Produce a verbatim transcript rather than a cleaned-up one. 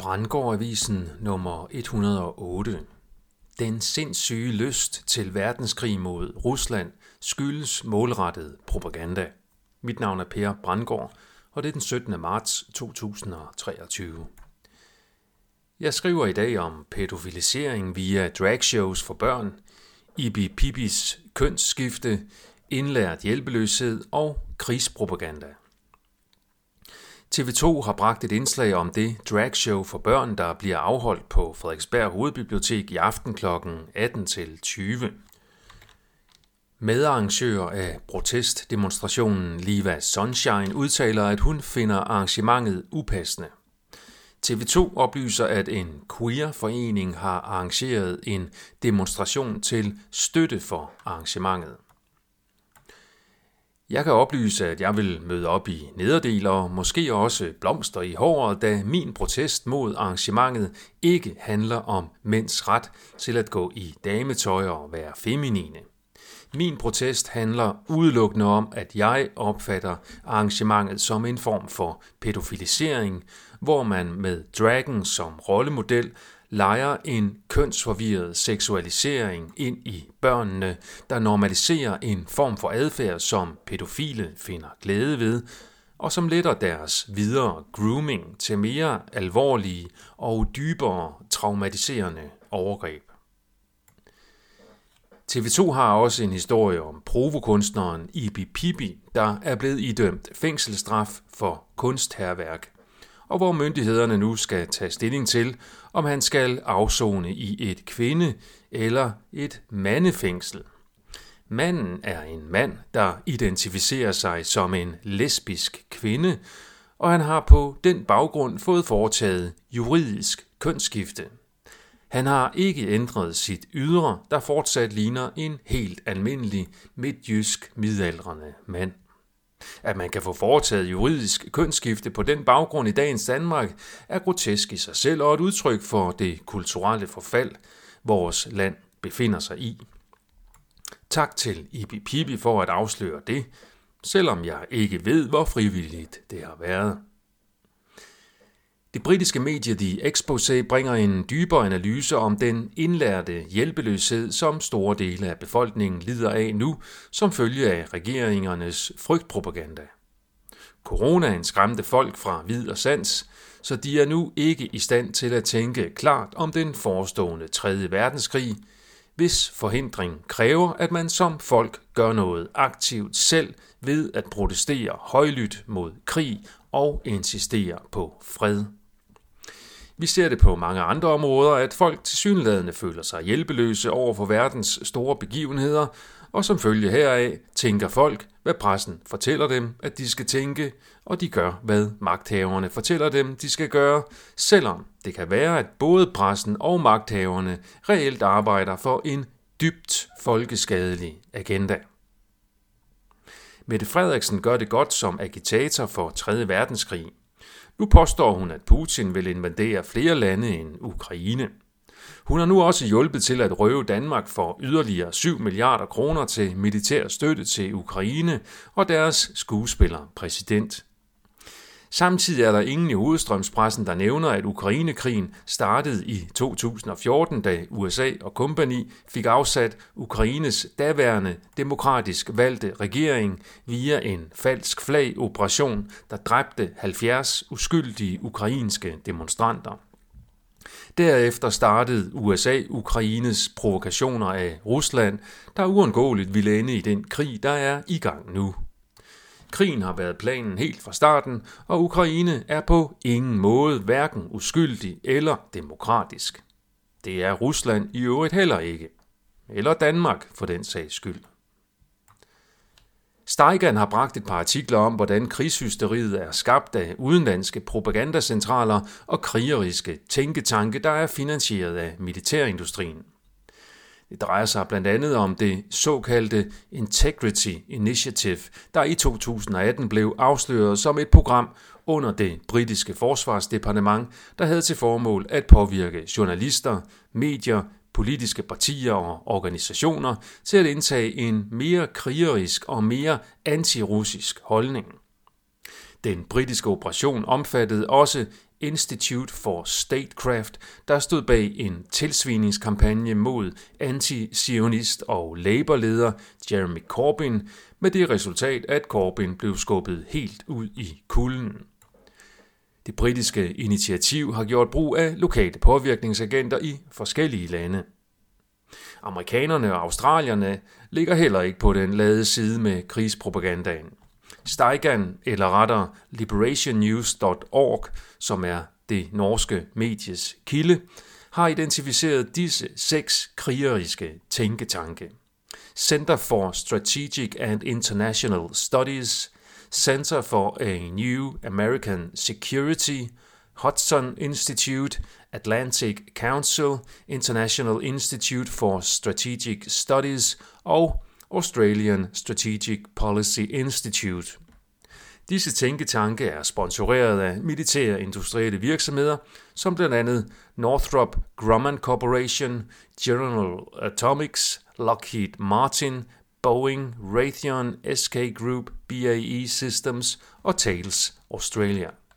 Brandgård-avisen nummer et hundrede og otte. Den sindssyge lyst til verdenskrig mod Rusland skyldes målrettet propaganda. Mit navn er Per Brandgård, og det er den syttende marts to tusind og treogtyve. Jeg skriver i dag om pædofilisering via dragshows for børn, Ibi Pipis kønsskifte, indlært hjælpeløshed og krigspropaganda. T V to har bragt et indslag om det dragshow for børn, der bliver afholdt på Frederiksberg Hovedbibliotek i aften klokken atten til tyve. Medarrangør af protestdemonstrationen Liva Sunshine udtaler, at hun finder arrangementet upassende. T V to oplyser, at en queer-forening har arrangeret en demonstration til støtte for arrangementet. Jeg kan oplyse, at jeg vil møde op i nederdel og måske også blomster i håret, da min protest mod arrangementet ikke handler om mænds ret til at gå i dametøj og være feminine. Min protest handler udelukkende om, at jeg opfatter arrangementet som en form for pædofilisering, hvor man med dragen som rollemodel leger en kønsforvirret seksualisering ind i børnene, der normaliserer en form for adfærd, som pædofile finder glæde ved, og som letter deres videre grooming til mere alvorlige og dybere traumatiserende overgreb. T V to har også en historie om provokunstneren Ibi Pipi, der er blevet idømt fængselsstraf for kunsthærværk, og hvor myndighederne nu skal tage stilling til, om han skal afsone i et kvinde- eller et mandefængsel. Manden er en mand, der identificerer sig som en lesbisk kvinde, og han har på den baggrund fået foretaget juridisk kønsskifte. Han har ikke ændret sit ydre, der fortsat ligner en helt almindelig midtjysk midaldrende mand. At man kan få foretaget juridisk kønsskifte på den baggrund i dagens Danmark er grotesk i sig selv og et udtryk for det kulturelle forfald, vores land befinder sig i. Tak til Ibi Pipi for at afsløre det, selvom jeg ikke ved, hvor frivilligt det har været. Det britiske medie The Exposé bringer en dybere analyse om den indlærte hjælpeløshed, som store dele af befolkningen lider af nu, som følge af regeringernes frygtpropaganda. Coronaen skræmte folk fra vid og sans, så de er nu ikke i stand til at tænke klart om den forestående tredje verdenskrig, hvis forhindring kræver, at man som folk gør noget aktivt selv ved at protestere højlydt mod krig og insistere på fred. Vi ser det på mange andre områder, at folk tilsyneladende føler sig hjælpeløse over for verdens store begivenheder, og som følge heraf tænker folk, hvad pressen fortæller dem, at de skal tænke, og de gør, hvad magthaverne fortæller dem, de skal gøre, selvom det kan være, at både pressen og magthaverne reelt arbejder for en dybt folkeskadelig agenda. Mette Frederiksen gør det godt som agitator for tredje verdenskrig. Nu påstår hun, at Putin vil invadere flere lande end Ukraine. Hun har nu også hjulpet til at røve Danmark for yderligere syv milliarder kroner til militær støtte til Ukraine og deres skuespiller præsident. Samtidig er der ingen i hovedstrømspressen, der nævner, at Ukrainekrigen startede i to tusind og fjorten, da U S A og kompagni fik afsat Ukraines daværende demokratisk valgte regering via en falsk flag-operation, der dræbte halvfjerds uskyldige ukrainske demonstranter. Derefter startede U S A Ukraines provokationer af Rusland, der uundgåeligt ville ende i den krig, der er i gang nu. Krigen har været planen helt fra starten, og Ukraine er på ingen måde hverken uskyldig eller demokratisk. Det er Rusland i øvrigt heller ikke. Eller Danmark for den sags skyld. Steigan har bragt et par artikler om, hvordan krigshysteriet er skabt af udenlandske propagandacentraler og krigeriske tænketanke, der er finansieret af militærindustrien. Det drejer sig blandt andet om det såkaldte Integrity Initiative, der i to tusind og atten blev afsløret som et program under det britiske forsvarsdepartement, der havde til formål at påvirke journalister, medier, politiske partier og organisationer til at indtage en mere krigerisk og mere antirussisk holdning. Den britiske operation omfattede også Institute for Statecraft, der stod bag en tilsviningskampagne mod anti-zionist og Labour-leder Jeremy Corbyn, med det resultat, at Corbyn blev skubbet helt ud i kulden. Det britiske initiativ har gjort brug af lokale påvirkningsagenter i forskellige lande. Amerikanerne og australierne ligger heller ikke på den lade side med krigspropagandaen. Steigan, eller rettere liberation news punktum org, som er det norske medies kilde, har identificeret disse seks krigeriske tænketanke. Center for Strategic and International Studies, Center for a New American Security, Hudson Institute, Atlantic Council, International Institute for Strategic Studies og Australian Strategic Policy Institute. Disse tænketanke er sponsoreret af militære industrielle virksomheder, som blandt andet Northrop Grumman Corporation, General Atomics, Lockheed Martin, Boeing, Raytheon, S K Group, B A E Systems og Thales Australia.